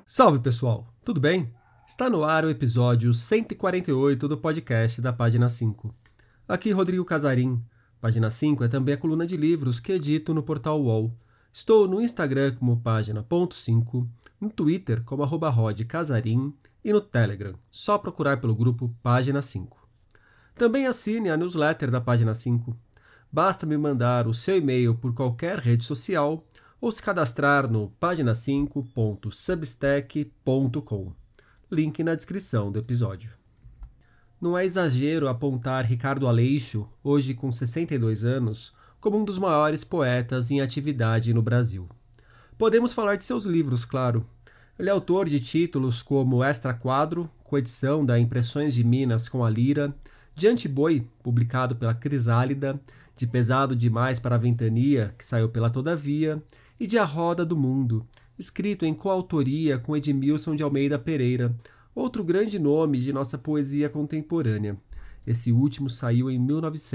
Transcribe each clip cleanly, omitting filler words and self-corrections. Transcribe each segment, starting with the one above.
Salve pessoal, tudo bem? Está no ar o episódio 148 do podcast da Página 5. Aqui Rodrigo Casarim. Página 5 é também a coluna de livros que edito no portal UOL. Estou no Instagram como página.5, no Twitter como @rodcasarim e no Telegram, só procurar pelo grupo Página 5. Também assine a newsletter da Página 5. Basta me mandar o seu e-mail por qualquer rede social ou se cadastrar no pagina5.substack.com. Link na descrição do episódio. Não é exagero apontar Ricardo Aleixo, hoje com 62 anos, como um dos maiores poetas em atividade no Brasil. Podemos falar de seus livros, claro. Ele é autor de títulos como Extra Quadro, coedição da Impressões de Minas com a Lira, Diante Boi, publicado pela Crisálida, de Pesado Demais para a Ventania, que saiu pela Todavia, e de A Roda do Mundo, escrito em coautoria com Edmilson de Almeida Pereira, outro grande nome de nossa poesia contemporânea. Esse último saiu em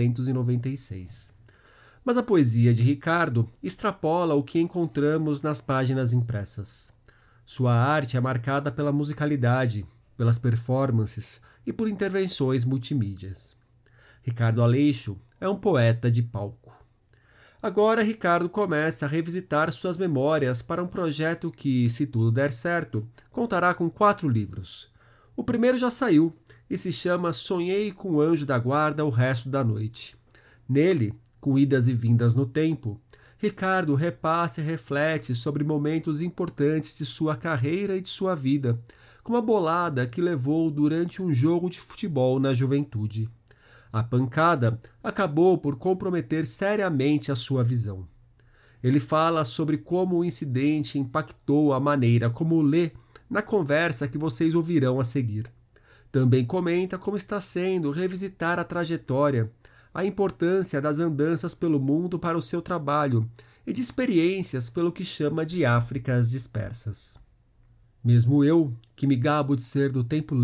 1996. Mas a poesia de Ricardo extrapola o que encontramos nas páginas impressas. Sua arte é marcada pela musicalidade, pelas performances e por intervenções multimídias. Ricardo Aleixo é um poeta de palco. Agora, Ricardo começa a revisitar suas memórias para um projeto que, se tudo der certo, contará com 4 livros. O primeiro já saiu e se chama Sonhei com o Anjo da Guarda o Resto da Noite. Nele, com idas e vindas no tempo, Ricardo repassa e reflete sobre momentos importantes de sua carreira e de sua vida, como a bolada que levou durante um jogo de futebol na juventude. A pancada acabou por comprometer seriamente a sua visão. Ele fala sobre como o incidente impactou a maneira como lê na conversa que vocês ouvirão a seguir. Também comenta como está sendo revisitar a trajetória, a importância das andanças pelo mundo para o seu trabalho e de experiências pelo que chama de Áfricas dispersas. Mesmo eu, que me gabo de ser do tempo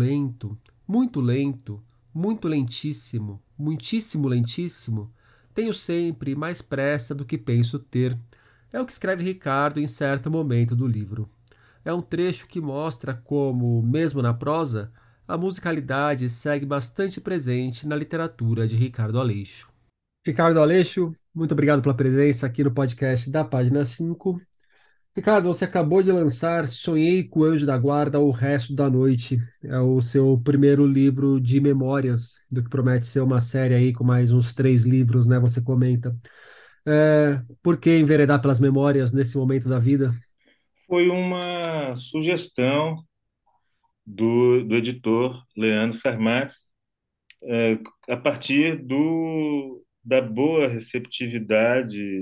lento, muito lentíssimo, muitíssimo lentíssimo, tenho sempre mais pressa do que penso ter. É o que escreve Ricardo em certo momento do livro. É um trecho que mostra como, mesmo na prosa, a musicalidade segue bastante presente na literatura de Ricardo Aleixo. Ricardo Aleixo, muito obrigado pela presença aqui no podcast da Página 5. Ricardo, você acabou de lançar Sonhei com o Anjo da Guarda o Resto da Noite. É o seu primeiro livro de memórias, do que promete ser uma série aí com mais uns 3 livros, né? Você comenta. Por que enveredar pelas memórias nesse momento da vida? Foi uma sugestão do editor Leandro Sarmatz, a partir da boa receptividade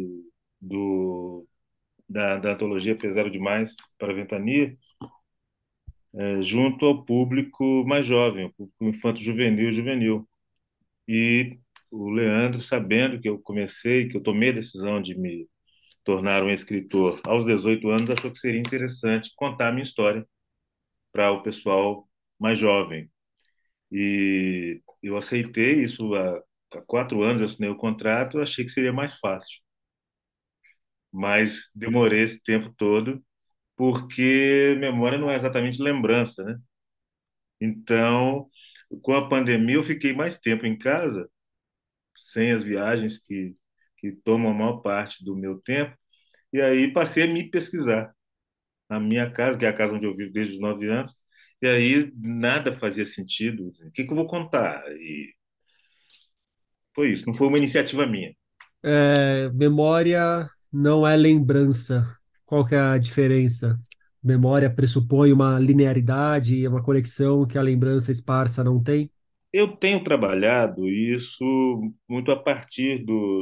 da antologia Pesado Demais para a Ventania, junto ao público mais jovem, o público infanto-juvenil e juvenil. E o Leandro, sabendo que eu comecei, que eu tomei a decisão de me tornar um escritor aos 18 anos, achou que seria interessante contar a minha história para o pessoal mais jovem. E eu aceitei isso há 4 anos, eu assinei o contrato, eu achei que seria mais fácil. Mas demorei esse tempo todo, porque memória não é exatamente lembrança, né? Então, com a pandemia, eu fiquei mais tempo em casa, sem as viagens que tomam a maior parte do meu tempo, e aí passei a me pesquisar na minha casa, que é a casa onde eu vivo desde os 9 anos, e aí nada fazia sentido. O que que eu vou contar? E foi isso, não foi uma iniciativa minha. Memória não é lembrança. Qual que é a diferença? Memória pressupõe uma linearidade, uma conexão que a lembrança esparsa não tem? Eu tenho trabalhado isso muito a partir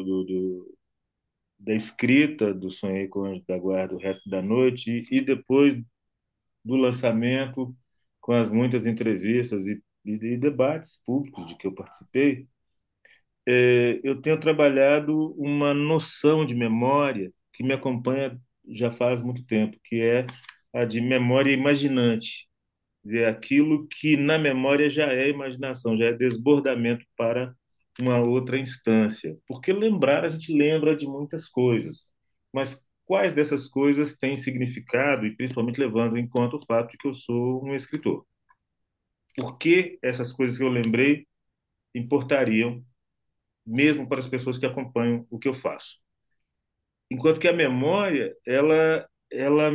da escrita do Sonhei com o Anjo da Guarda o Resto da Noite e depois do lançamento, com as muitas entrevistas e debates públicos de que eu participei. Eu tenho trabalhado uma noção de memória que me acompanha já faz muito tempo, que é a de memória imaginante. Ver aquilo que na memória já é imaginação, já é desbordamento para uma outra instância. Porque lembrar, a gente lembra de muitas coisas, mas quais dessas coisas têm significado e principalmente levando em conta o fato de que eu sou um escritor. Por que essas coisas que eu lembrei importariam mesmo para as pessoas que acompanham o que eu faço? Enquanto que a memória, ela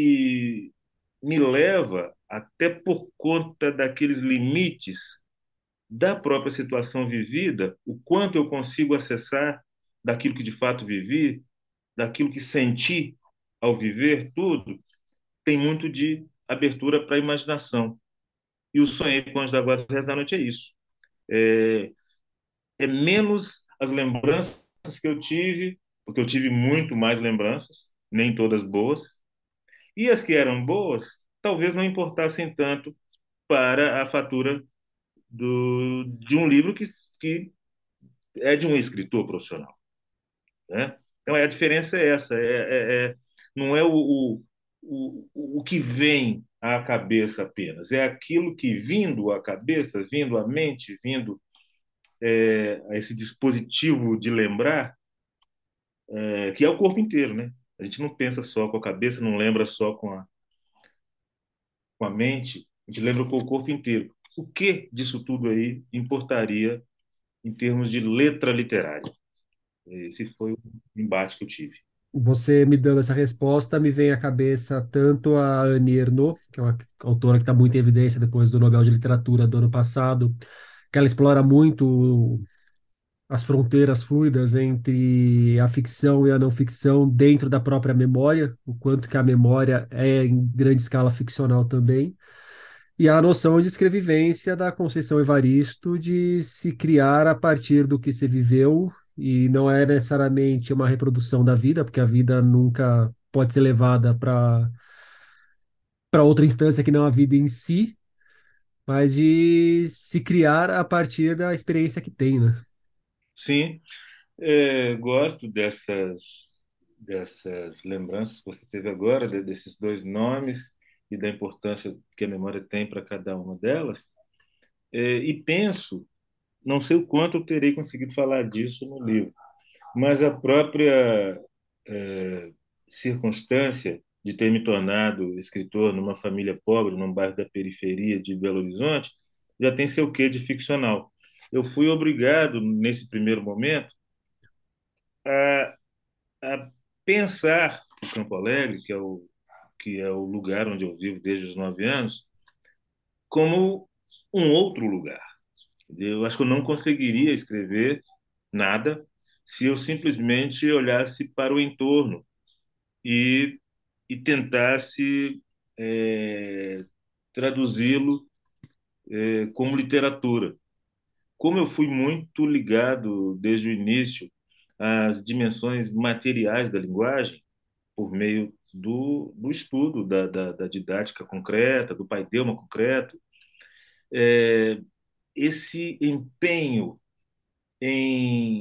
me leva até por conta daqueles limites da própria situação vivida, o quanto eu consigo acessar daquilo que de fato vivi, daquilo que senti ao viver tudo, tem muito de abertura para a imaginação. E o Sonhei com o Anjo da Guarda do Resto da Noite é isso. É, é menos as lembranças que eu tive, porque eu tive muito mais lembranças, nem todas boas, e as que eram boas talvez não importassem tanto para a fatura de um livro que é de um escritor profissional, né? Então a diferença é essa, não é o que vem à cabeça apenas, é aquilo que vindo à cabeça, vindo à mente, vindo a esse dispositivo de lembrar, que é o corpo inteiro, né? A gente não pensa só com a cabeça, não lembra só com a mente, a gente lembra com o corpo inteiro. O que disso tudo aí importaria em termos de letra literária? Esse foi o embate que eu tive. Você me dando essa resposta, me vem à cabeça tanto a Annie Ernaux, que é uma autora que está muito em evidência depois do Nobel de Literatura do ano passado, que ela explora muito as fronteiras fluidas entre a ficção e a não ficção dentro da própria memória, o quanto que a memória é em grande escala ficcional também, e a noção de escrevivência da Conceição Evaristo de se criar a partir do que se viveu, e não é necessariamente uma reprodução da vida, porque a vida nunca pode ser levada para outra instância que não a vida em si, mas de se criar a partir da experiência que tem, né? Sim, gosto dessas lembranças que você teve agora, desses dois nomes e da importância que a memória tem para cada uma delas. E penso, não sei o quanto eu terei conseguido falar disso no livro, mas a própria eh, circunstância de ter me tornado escritor numa família pobre, num bairro da periferia de Belo Horizonte, já tem seu quê de ficcional. Eu fui obrigado, nesse primeiro momento, a, a pensar o Campo Alegre, que é o lugar onde eu vivo desde os 9 anos, como um outro lugar. Eu acho que eu não conseguiria escrever nada se eu simplesmente olhasse para o entorno e, e tentasse traduzi-lo como literatura. Como eu fui muito ligado desde o início às dimensões materiais da linguagem, por meio do estudo, da didática concreta, do paideuma concreto, esse empenho em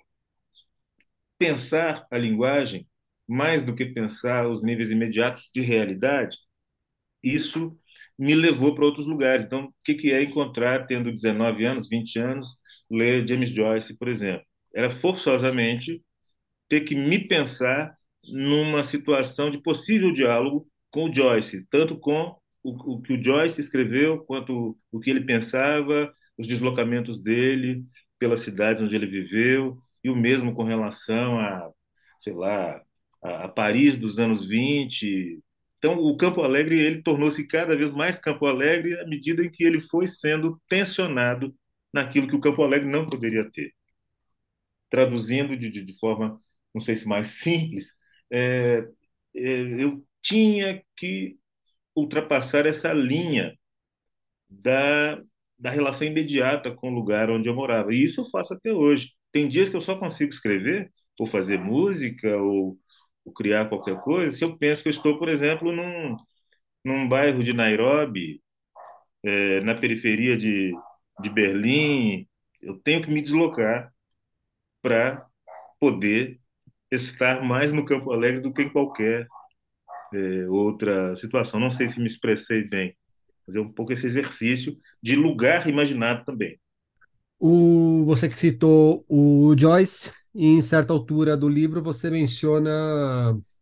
pensar a linguagem, mais do que pensar os níveis imediatos de realidade, isso me levou para outros lugares. Então, o que é encontrar, tendo 19 anos, 20 anos, ler James Joyce, por exemplo? Era forçosamente ter que me pensar numa situação de possível diálogo com o Joyce, tanto com o que o Joyce escreveu, quanto o que ele pensava, os deslocamentos dele pela cidade onde ele viveu, e o mesmo com relação a, sei lá, a Paris dos anos 20. Então, o Campo Alegre ele tornou-se cada vez mais Campo Alegre à medida em que ele foi sendo tensionado naquilo que o Campo Alegre não poderia ter. Traduzindo de forma, não sei se mais simples, é, eu tinha que ultrapassar essa linha da, da relação imediata com o lugar onde eu morava. E isso eu faço até hoje. Tem dias que eu só consigo escrever, ou fazer música, ou criar qualquer coisa, se eu penso que eu estou, por exemplo, num bairro de Nairobi, na periferia de Berlim. Eu tenho que me deslocar para poder estar mais no Campo Alegre do que em qualquer outra situação. Não sei se me expressei bem, mas é um pouco esse exercício de lugar imaginado também. Você que citou o Joyce, e em certa altura do livro você menciona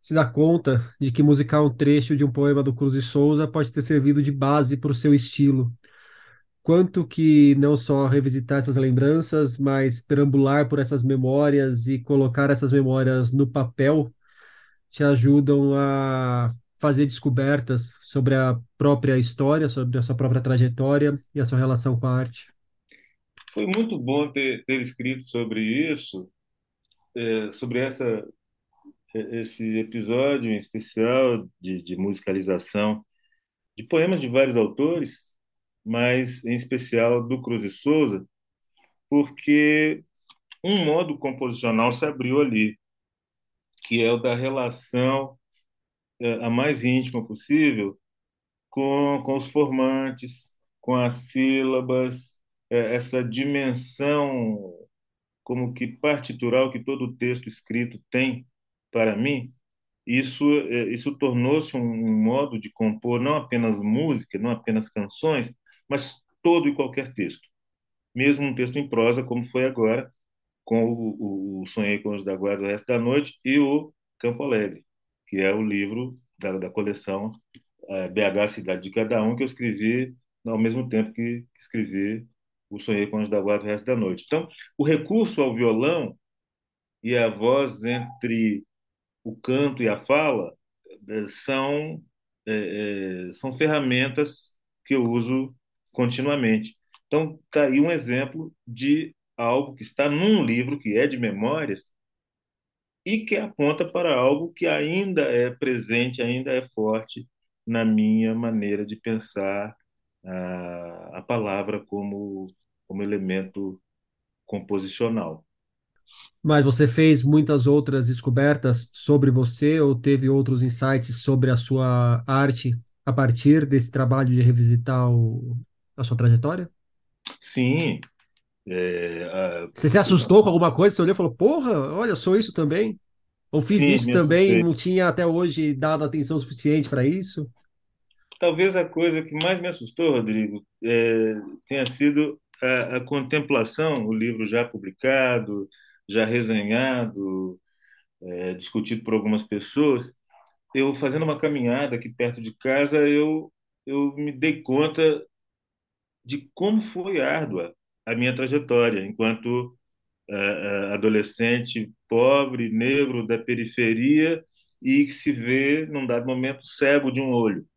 se dá conta de que musicar um trecho de um poema do Cruz de Souza pode ter servido de base para o seu estilo. Quanto que não só revisitar essas lembranças, mas perambular por essas memórias e colocar essas memórias no papel te ajudam a fazer descobertas sobre a própria história, sobre a sua própria trajetória e a sua relação com a arte. Foi muito bom ter escrito sobre isso, sobre esse episódio em especial de musicalização de poemas de vários autores, mas em especial do Cruz e Souza, porque um modo composicional se abriu ali, que é o da relação a mais íntima possível com os formantes, com as sílabas, essa dimensão como que partitural que todo texto escrito tem para mim. Isso tornou-se um modo de compor não apenas música, não apenas canções, mas todo e qualquer texto, mesmo um texto em prosa, como foi agora, com o Sonhei com os da Guarda o Resto da Noite e o Campo Alegre, que é o livro da coleção BH Cidade de Cada Um, que eu escrevi ao mesmo tempo que escrevi o Sonhei com os da Guarda o Resto da Noite. Então, o recurso ao violão e a voz entre o canto e a fala são são ferramentas que eu uso continuamente. Então, tá aí um exemplo de algo que está num livro que é de memórias e que aponta para algo que ainda é presente, ainda é forte na minha maneira de pensar a palavra como elemento composicional. Mas você fez muitas outras descobertas sobre você ou teve outros insights sobre a sua arte a partir desse trabalho de revisitar a sua trajetória? Sim, é, a- Você se assustou com alguma coisa? Você olhou e falou, porra, olha, sou isso também? Ou fiz sim, isso me também e assustei. não tinha até hoje dado atenção suficiente para isso? Talvez a coisa que mais me assustou, Rodrigo, tenha sido a contemplação, o livro já publicado, já resenhado, discutido por algumas pessoas. Eu fazendo uma caminhada aqui perto de casa, eu me dei conta de como foi árdua a minha trajetória enquanto adolescente pobre, negro da periferia e que se vê num dado momento cego de um olho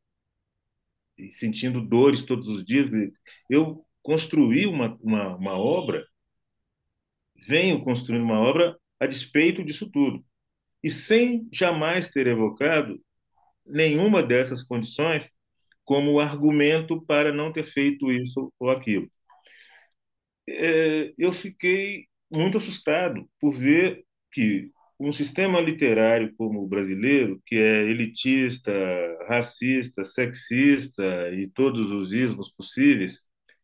e sentindo dores todos os dias. Eu construí uma obra, venho construindo uma obra a despeito disso tudo e sem jamais ter evocado nenhuma dessas condições como argumento para não ter feito isso ou aquilo. Eu fiquei muito assustado por ver que um sistema literário como o brasileiro, que é elitista, racista, sexista e todos os ismos possíveis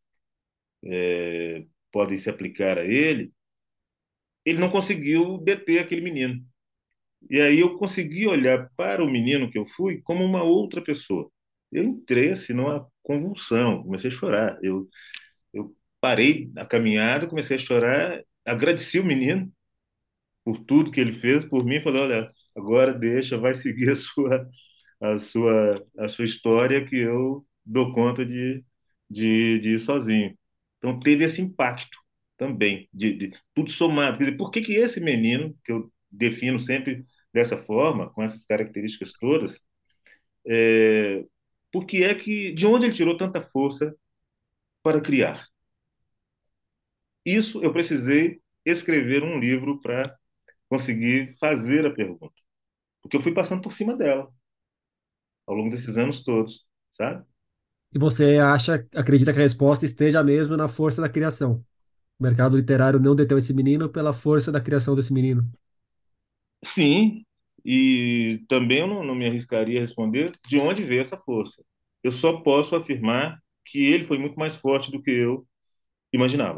podem se aplicar a ele, ele não conseguiu deter aquele menino. E aí eu consegui olhar para o menino que eu fui como uma outra pessoa. Eu entrei assim numa convulsão, comecei a chorar. Eu parei a caminhada, comecei a chorar, agradeci o menino por tudo que ele fez por mim, falei, olha, agora deixa, vai seguir a sua história que eu dou conta de ir sozinho. Então teve esse impacto também de tudo somado. Quer dizer, por que que esse menino que eu defino sempre dessa forma, com essas características todas, é, por que é que de onde ele tirou tanta força para criar? Isso eu precisei escrever um livro para conseguir fazer a pergunta, porque eu fui passando por cima dela ao longo desses anos todos, sabe? E você acredita que a resposta esteja mesmo na força da criação? O mercado literário não deteu esse menino pela força da criação desse menino. Sim, e também eu não me arriscaria a responder de onde veio essa força. Eu só posso afirmar que ele foi muito mais forte do que eu imaginava.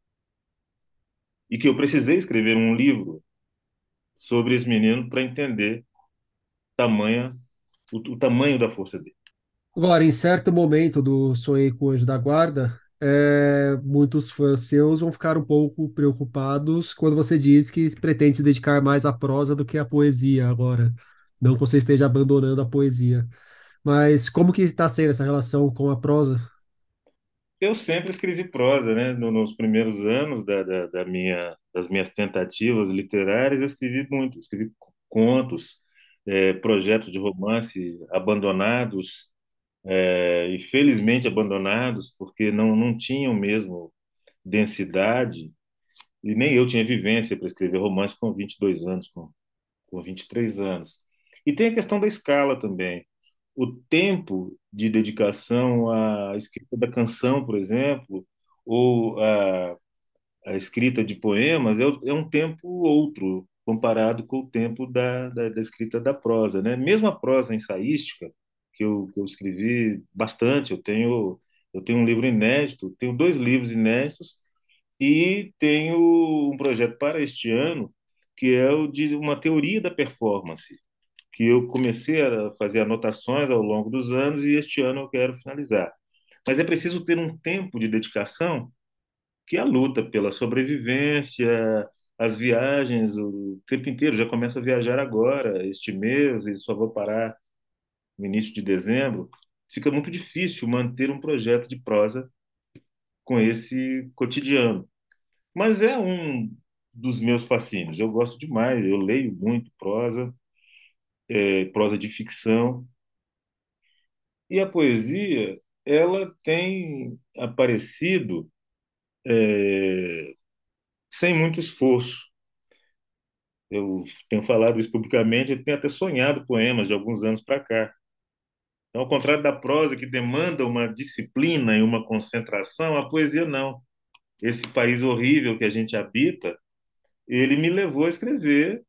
E que eu precisei escrever um livro sobre esse menino para entender tamanha, o tamanho da força dele. Agora, em certo momento do Sonhei com o Anjo da Guarda, muitos fãs seus vão ficar um pouco preocupados quando você diz que pretende se dedicar mais à prosa do que à poesia agora. Não que você esteja abandonando a poesia. Mas como que está sendo essa relação com a prosa? Eu sempre escrevi prosa, né? Nos primeiros anos das minhas tentativas literárias, eu escrevi muito, escrevi contos, projetos de romance abandonados, e felizmente abandonados, porque não tinham mesmo densidade, e nem eu tinha vivência para escrever romance com 22 anos, com 23 anos. E tem a questão da escala também. O tempo de dedicação à escrita da canção, por exemplo, ou a escrita de poemas, é um tempo outro, comparado com o tempo da escrita da prosa, né? Mesmo a prosa ensaística, que eu escrevi bastante, eu tenho um livro inédito, tenho dois livros inéditos, e tenho um projeto para este ano, que é o de uma teoria da performance, que eu comecei a fazer anotações ao longo dos anos e este ano eu quero finalizar. Mas é preciso ter um tempo de dedicação, que é a luta pela sobrevivência, as viagens, o tempo inteiro. Já começo a viajar agora, este mês, e só vou parar no início de dezembro. Fica muito difícil manter um projeto de prosa com esse cotidiano. Mas é um dos meus fascínios. Eu gosto demais, eu leio muito prosa, prosa de ficção. E a poesia, ela tem aparecido sem muito esforço. Eu tenho falado isso publicamente, eu tenho até sonhado poemas de alguns anos para cá. Então, ao contrário da prosa, que demanda uma disciplina e uma concentração, a poesia não. Esse país horrível que a gente habita, ele me levou a escrever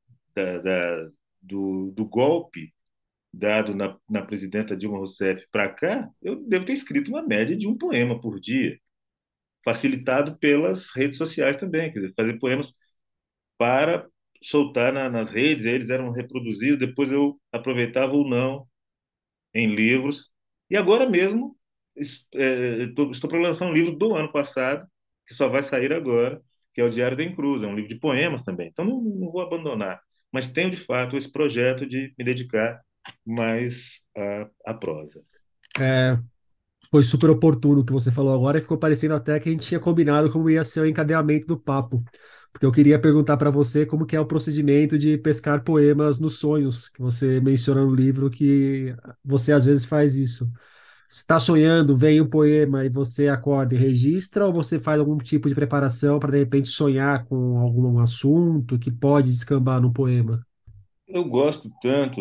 do golpe dado na presidenta Dilma Rousseff para cá, eu devo ter escrito uma média de um poema por dia, facilitado pelas redes sociais também, quer dizer, fazer poemas para soltar nas redes, eles eram reproduzidos, depois eu aproveitava ou não em livros. E agora mesmo estou para lançar um livro do ano passado, que só vai sair agora, que é o Diário da Encruz, é um livro de poemas também. Então não vou abandonar, mas tenho de fato esse projeto de me dedicar mais à prosa. É, foi super oportuno o que você falou agora e ficou parecendo até que a gente tinha combinado como ia ser o encadeamento do papo. Porque eu queria perguntar para você como que é o procedimento de pescar poemas nos sonhos, que você menciona no livro que você às vezes faz isso. Está sonhando, vem um poema e você acorda e registra, ou você faz algum tipo de preparação para de repente sonhar com algum assunto que pode descambar no poema? Eu gosto tanto,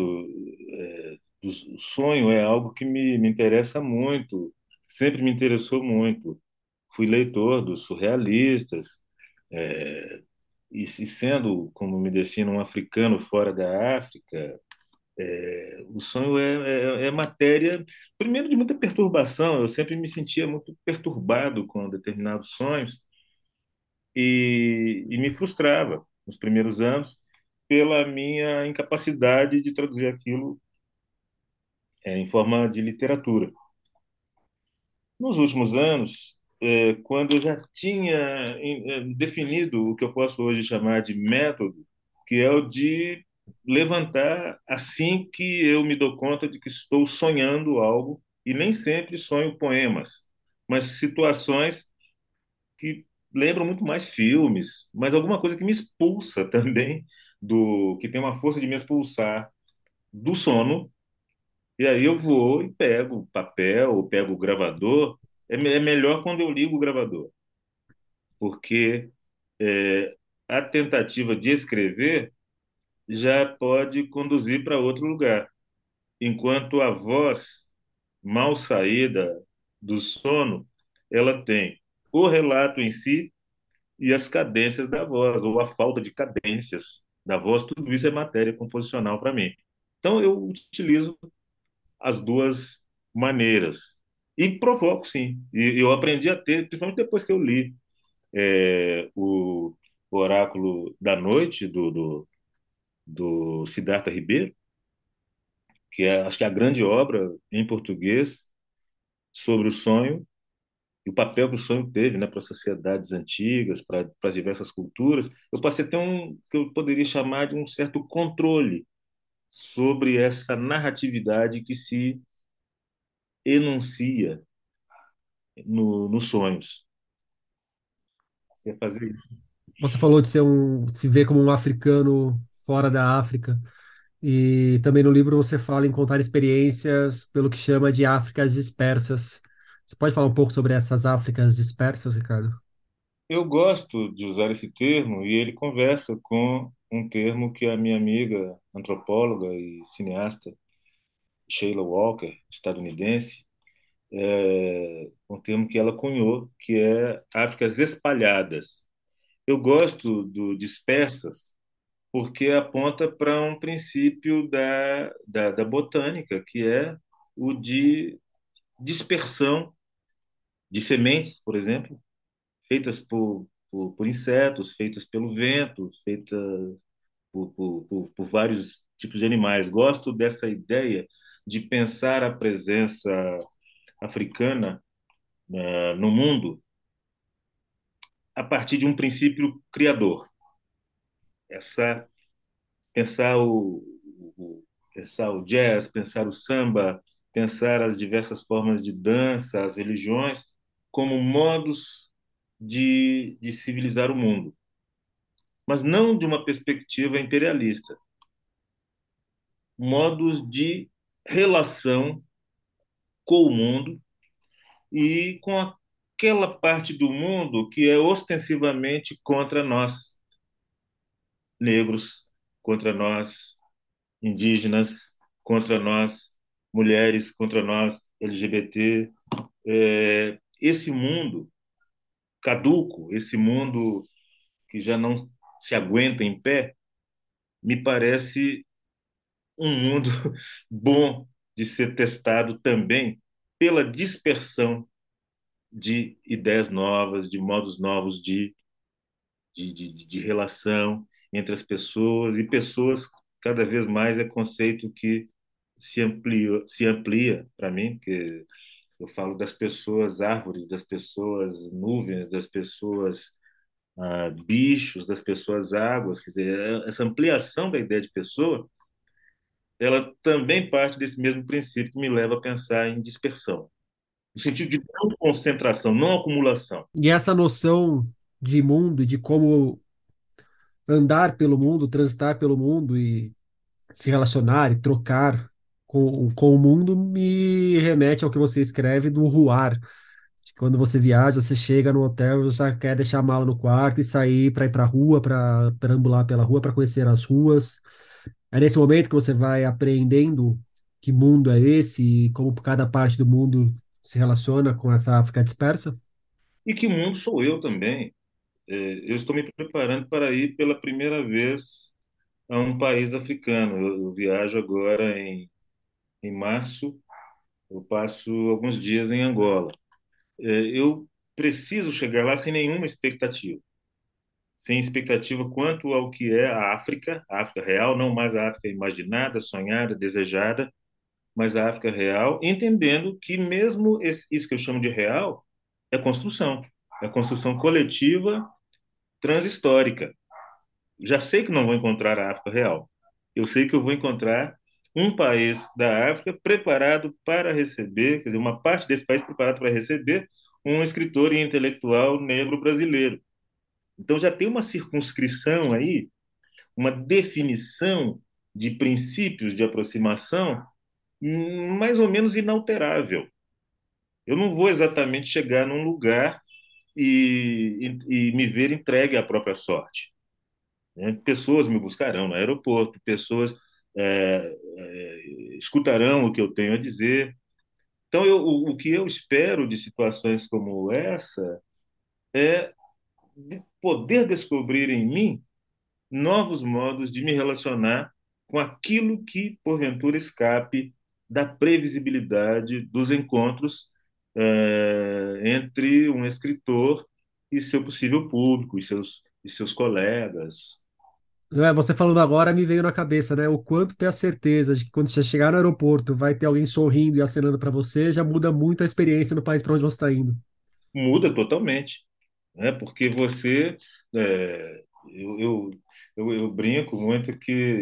do sonho, é algo que me interessa muito, sempre me interessou muito. Fui leitor dos surrealistas, é, e sendo, como me defino, um africano fora da África, o sonho é matéria, primeiro, de muita perturbação. Eu sempre me sentia muito perturbado com determinados sonhos e me frustrava nos primeiros anos pela minha incapacidade de traduzir aquilo em forma de literatura. Nos últimos anos, quando eu já tinha definido o que eu posso hoje chamar de método, que é o de levantar assim que eu me dou conta de que estou sonhando algo, e nem sempre sonho poemas, mas situações que lembram muito mais filmes, mas alguma coisa que me expulsa também que tem uma força de me expulsar do sono, e aí eu vou e pego o papel, ou pego o gravador. É melhor quando eu ligo o gravador, porque é, a tentativa de escrever já pode conduzir para outro lugar, enquanto a voz mal saída do sono, ela tem o relato em si e as cadências da voz, ou a falta de cadências da voz, tudo isso é matéria composicional para mim. Então eu utilizo as duas maneiras. E provoco, sim. E eu aprendi a ter, principalmente depois que eu li o Oráculo da Noite, do Siddhartha Ribeiro, que acho que é a grande obra em português sobre o sonho e o papel que o sonho teve, né, para as sociedades antigas, para as diversas culturas. Eu passei a ter que eu poderia chamar de um certo controle sobre essa narratividade que se enuncia nos sonhos. Você ia fazer isso. Você falou de ser se ver como um africano fora da África. E também no livro você fala em contar experiências pelo que chama de Áfricas dispersas. Você pode falar um pouco sobre essas Áfricas dispersas, Ricardo? Eu gosto de usar esse termo e ele conversa com um termo que a minha amiga antropóloga e cineasta Sheila Walker, estadunidense, um termo que ela cunhou, que é Áfricas espalhadas. Eu gosto do dispersas porque aponta para um princípio da botânica, que é o de dispersão de sementes, por exemplo, feitas por insetos, feitas pelo vento, feitas por vários tipos de animais. Gosto dessa ideia de pensar a presença africana no mundo a partir de um princípio criador. Essa pensar pensar o jazz, pensar o samba, pensar as diversas formas de dança, as religiões como modos de civilizar o mundo, mas não de uma perspectiva imperialista, modos de relação com o mundo e com aquela parte do mundo que é ostensivamente contra nós negros, contra nós indígenas, contra nós mulheres, contra nós LGBT. Esse mundo caduco, esse mundo que já não se aguenta em pé, me parece um mundo bom de ser testado também pela dispersão de ideias novas, de modos novos de relação entre as pessoas, e pessoas cada vez mais é conceito que se amplia para mim, porque eu falo das pessoas árvores, das pessoas nuvens, das pessoas bichos, das pessoas águas, quer dizer, essa ampliação da ideia de pessoa, ela também parte desse mesmo princípio que me leva a pensar em dispersão, no sentido de não concentração, não acumulação. E essa noção de mundo e de como andar pelo mundo, transitar pelo mundo e se relacionar e trocar com o mundo me remete ao que você escreve do ruar. Quando você viaja, você chega no hotel, já quer deixar a mala no quarto e sair para ir para a rua, para perambular pela rua, para conhecer as ruas. É nesse momento que você vai apreendendo que mundo é esse e como cada parte do mundo se relaciona com essa África dispersa. E que mundo sou eu também? Eu estou me preparando para ir pela primeira vez a um país africano. Eu viajo agora em março, eu passo alguns dias em Angola. Eu preciso chegar lá sem nenhuma expectativa, sem expectativa quanto ao que é a África real, não mais a África imaginada, sonhada, desejada, mas a África real, entendendo que mesmo isso que eu chamo de real é construção coletiva transhistórica. Já sei que não vou encontrar a África real. Eu sei que eu vou encontrar um país da África preparado para receber, quer dizer, uma parte desse país preparado para receber um escritor e intelectual negro brasileiro. Então já tem uma circunscrição aí, uma definição de princípios de aproximação mais ou menos inalterável. Eu não vou exatamente chegar num lugar e me ver entregue à própria sorte, né? Pessoas me buscarão no aeroporto, pessoas escutarão o que eu tenho a dizer. Então, o que eu espero de situações como essa é de poder descobrir em mim novos modos de me relacionar com aquilo que, porventura, escape da previsibilidade dos encontros entre um escritor e seu possível público, e seus colegas. Você falando agora me veio na cabeça, né? O quanto ter a certeza de que quando você chegar no aeroporto vai ter alguém sorrindo e acenando para você já muda muito a experiência no país para onde você está indo. Muda totalmente, né? Porque você, é, eu, eu, eu brinco muito que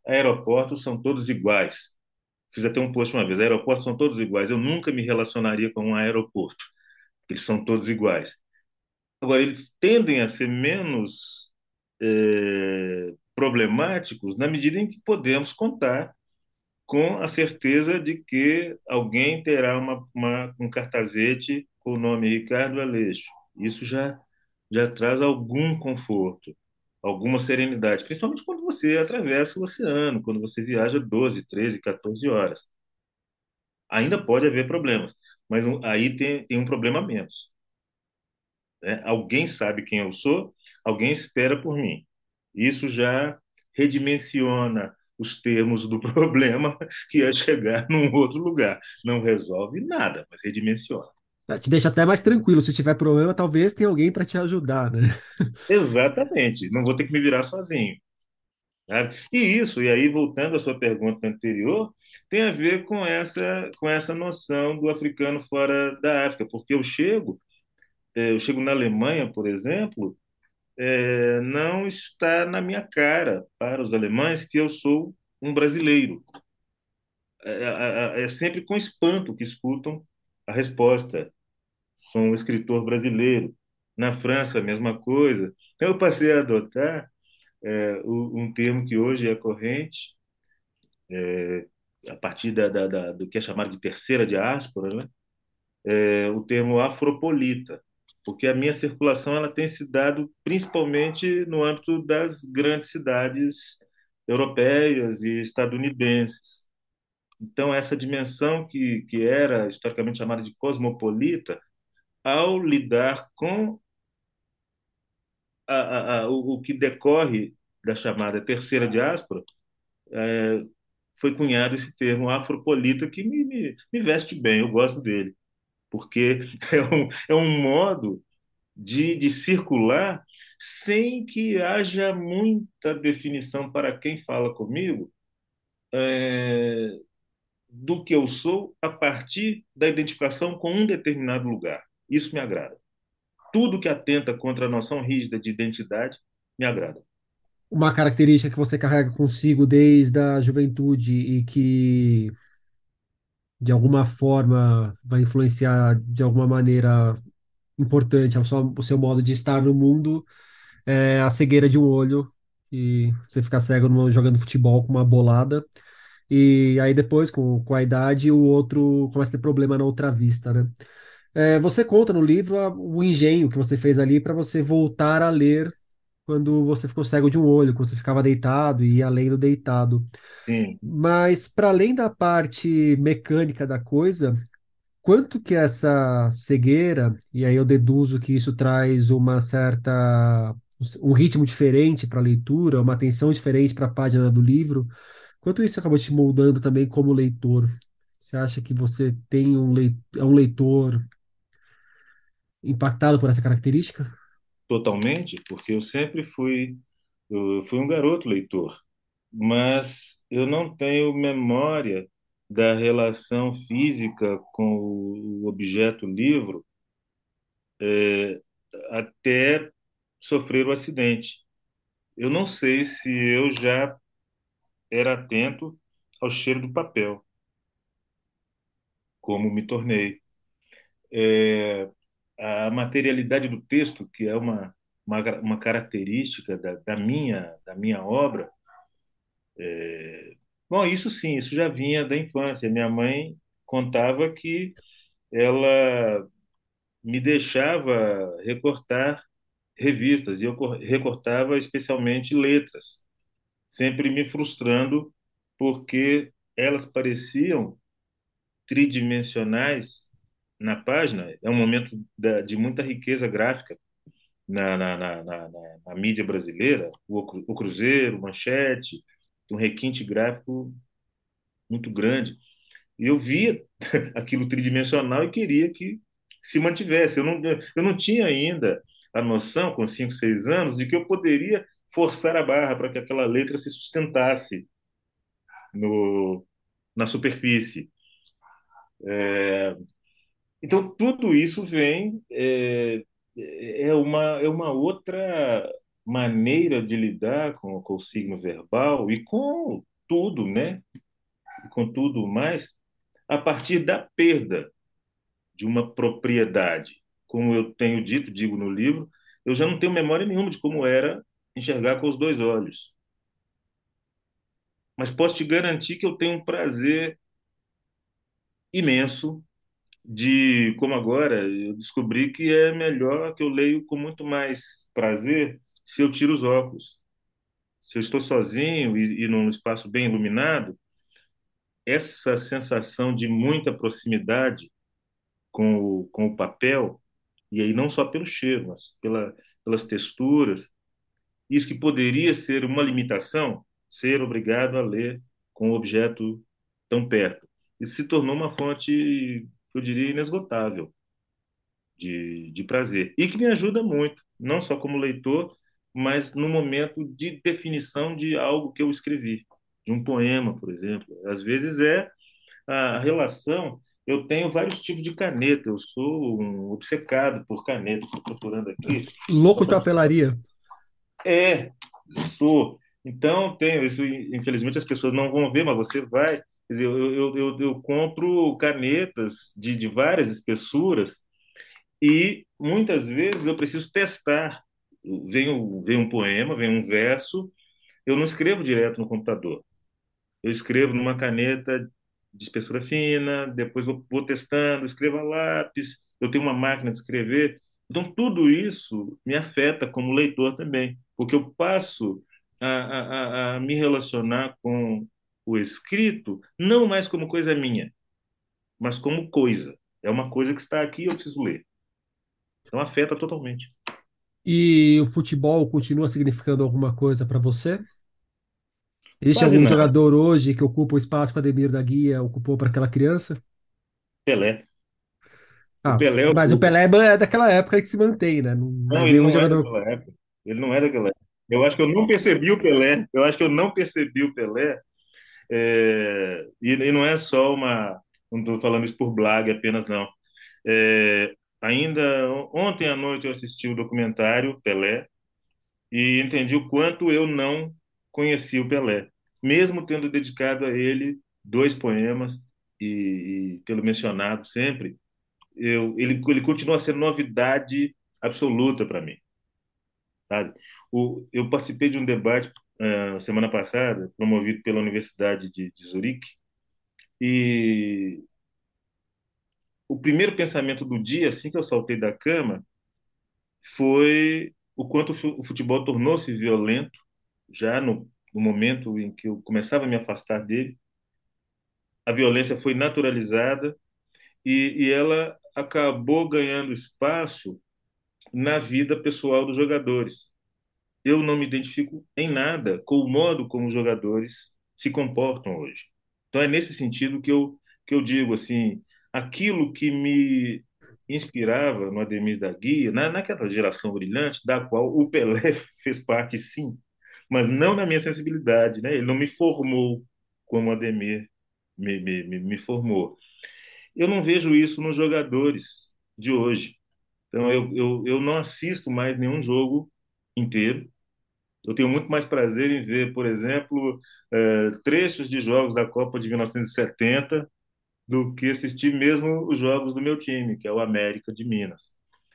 aeroportos são todos iguais. Fiz até um post uma vez, aeroportos são todos iguais. Eu nunca me relacionaria com um aeroporto, eles são todos iguais. Agora, eles tendem a ser menos problemáticos na medida em que podemos contar com a certeza de que alguém terá um cartazete com o nome Ricardo Aleixo. Isso já traz algum conforto, alguma serenidade, principalmente quando você atravessa o oceano, quando você viaja 12, 13, 14 horas. Ainda pode haver problemas, mas aí tem um problema a menos, né? Alguém sabe quem eu sou, alguém espera por mim. Isso já redimensiona os termos do problema que é chegar num outro lugar. Não resolve nada, mas redimensiona. Te deixa até mais tranquilo. Se tiver problema, talvez tenha alguém para te ajudar, né? Exatamente. Não vou ter que me virar sozinho. Sabe? E aí voltando à sua pergunta anterior, tem a ver com essa noção do africano fora da África, porque eu chego na Alemanha, por exemplo, não está na minha cara para os alemães que eu sou um brasileiro. É sempre com espanto que escutam a resposta. Sou um escritor brasileiro. Na França, a mesma coisa. Então, eu passei a adotar um termo que hoje é corrente, a partir do que é chamado de terceira diáspora, né? O termo afropolita, porque a minha circulação ela tem se dado principalmente no âmbito das grandes cidades europeias e estadunidenses. Então, essa dimensão que era historicamente chamada de cosmopolita, ao lidar com o que decorre da chamada terceira diáspora, foi cunhado esse termo afropolita que me veste bem, eu gosto dele, porque é um modo de circular sem que haja muita definição para quem fala comigo do que eu sou a partir da identificação com um determinado lugar. Isso me agrada. Tudo que atenta contra a noção rígida de identidade me agrada. Uma característica que você carrega consigo desde a juventude e que, de alguma forma, vai influenciar de alguma maneira importante o seu modo de estar no mundo é a cegueira de um olho e você ficar cego jogando futebol com uma bolada. E aí depois, com a idade, o outro começa a ter problema na outra vista, né? Você conta no livro o engenho que você fez ali para você voltar a ler quando você ficou cego de um olho, quando você ficava deitado e ia lendo deitado. Sim, Mas para além da parte mecânica da coisa, quanto que essa cegueira, e aí eu deduzo que isso traz uma certa um ritmo diferente para a leitura, uma atenção diferente para a página do livro, quanto isso acabou te moldando também como leitor? Você acha que você tem é um leitor impactado por essa característica? totalmente, porque eu fui um garoto leitor, mas eu não tenho memória da relação física com o objeto livro até sofrer o acidente. Eu não sei se eu já era atento ao cheiro do papel, como me tornei. É, a materialidade do texto, que é uma característica da minha obra, bom, isso sim, isso já vinha da infância. Minha mãe contava que ela me deixava recortar revistas e eu recortava especialmente letras, sempre me frustrando porque elas pareciam tridimensionais na página. É um momento de muita riqueza gráfica na mídia brasileira, o Cruzeiro, o Manchete, um requinte gráfico muito grande. E eu via aquilo tridimensional e queria que se mantivesse. Eu não tinha ainda a noção, com 5, 6 anos, de que eu poderia forçar a barra para que aquela letra se sustentasse no, na superfície. Então, tudo isso é uma outra maneira de lidar com o signo verbal e com tudo, né? Com tudo mais, a partir da perda de uma propriedade. Como eu tenho dito, digo no livro, eu já não tenho memória nenhuma de como era enxergar com os dois olhos. Mas posso te garantir que eu tenho um prazer imenso de, como agora, eu descobri que é melhor que eu leio com muito mais prazer se eu tiro os óculos. Se eu estou sozinho e num espaço bem iluminado, essa sensação de muita proximidade com o papel, e aí não só pelo cheiro, mas pelas texturas, isso que poderia ser uma limitação, ser obrigado a ler com o objeto tão perto. Isso se tornou uma fonte, eu diria, inesgotável de prazer. E que me ajuda muito, não só como leitor, mas no momento de definição de algo que eu escrevi, de um poema, por exemplo. Às vezes é a relação. Eu tenho vários tipos de caneta, eu sou um obcecado por canetas, estou procurando aqui, só Louco de para. papelaria. É, sou. Então, tenho isso, infelizmente as pessoas não vão ver, mas você vai. Quer dizer, eu compro canetas de várias espessuras e muitas vezes eu preciso testar. Vem um poema, vem um verso, eu não escrevo direto no computador. Eu escrevo numa caneta de espessura fina, depois vou testando, escrevo a lápis, eu tenho uma máquina de escrever. Então, tudo isso me afeta como leitor também, porque eu passo a me relacionar com o escrito não mais como coisa minha, mas como coisa. É uma coisa que está aqui e eu preciso ler. Então, afeta totalmente. E o futebol continua significando alguma coisa para você? Existe Quase algum nada. jogador hoje que ocupa o espaço que o Ademir da Guia ocupou para aquela criança? Pelé. O Ah, Pelé, mas o Pelé é daquela época que se mantém, né? não, Mas ele nenhum não é jogador. daquela época. Ele não é daquela época. Eu acho que eu não percebi o Pelé. Eu acho que eu não percebi o Pelé. E não é só uma. Não estou falando isso por blague apenas, não. Ainda ontem à noite eu assisti o documentário Pelé e entendi o quanto eu não conheci o Pelé, mesmo tendo dedicado a ele dois poemas e tê-lo mencionado sempre. Ele continua sendo novidade absoluta para mim, sabe? Eu participei de um debate semana passada, promovido pela Universidade de Zurique, e o primeiro pensamento do dia, assim que eu saltei da cama, foi o quanto o futebol tornou-se violento, já no momento em que eu começava a me afastar dele. A violência foi naturalizada e ela acabou ganhando espaço na vida pessoal dos jogadores. Eu não me identifico em nada com o modo como os jogadores se comportam hoje. Então é nesse sentido que eu digo assim, aquilo que me inspirava no Ademir da Guia, naquela geração brilhante, da qual o Pelé fez parte, sim, mas não na minha sensibilidade, né? Ele não me formou como o Ademir me formou. Eu não vejo isso nos jogadores de hoje. Então eu não assisto mais nenhum jogo inteiro. Eu tenho muito mais prazer em ver, por exemplo, trechos de jogos da Copa de 1970 do que assistir mesmo os jogos do meu time, que é o América de Minas.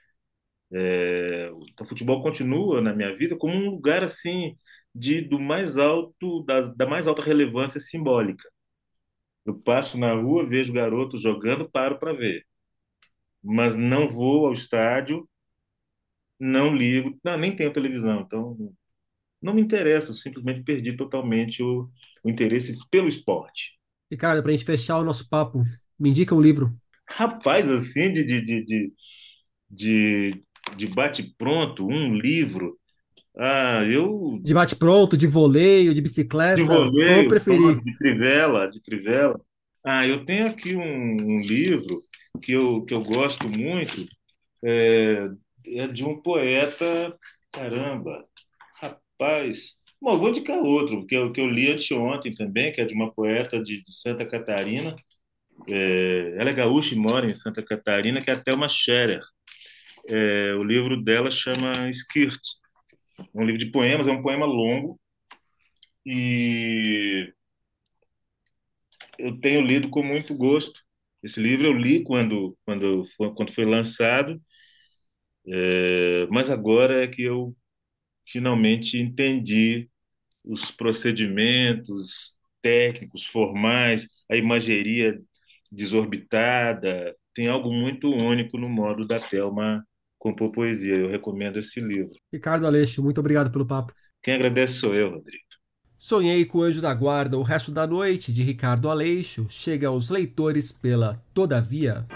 O futebol continua na minha vida como um lugar assim do mais alto da mais alta relevância simbólica. Eu passo na rua, vejo garotos jogando, paro para ver, mas não vou ao estádio, não ligo, não, nem tenho televisão, então não me interessa, eu simplesmente perdi totalmente o interesse pelo esporte. E, cara, pra gente fechar o nosso papo, me indica um livro. Rapaz, assim, de, de bate-pronto, um livro. Eu De bate-pronto, de voleio, de de bicicleta, como voleio, pronto, preferir. de trivela. Eu tenho aqui um livro que eu gosto muito, é, é de um poeta, caramba, rapaz. Bom, eu vou indicar outro, que eu li anteontem também, que é de uma poeta de Santa Catarina. Ela é gaúcha e mora em Santa Catarina, que é a Thelma Scherer. O livro dela chama Skirt. É um livro de poemas, é um poema longo, e eu tenho lido com muito gosto. Esse livro eu li quando foi lançado, mas agora é que eu finalmente entendi os procedimentos técnicos, formais, a imageria desorbitada. Tem algo muito único no modo da Thelma compor poesia. Eu recomendo esse livro. Ricardo Aleixo, muito obrigado pelo papo. Quem agradece sou eu, Rodrigo. Sonhei com o Anjo da Guarda o resto da noite, de Ricardo Aleixo, chega aos leitores pela Todavia.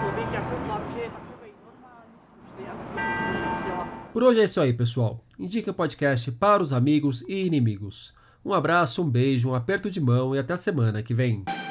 Por hoje é isso aí, pessoal. Indique o podcast para os amigos e inimigos. Um abraço, um beijo, um aperto de mão e até a semana que vem.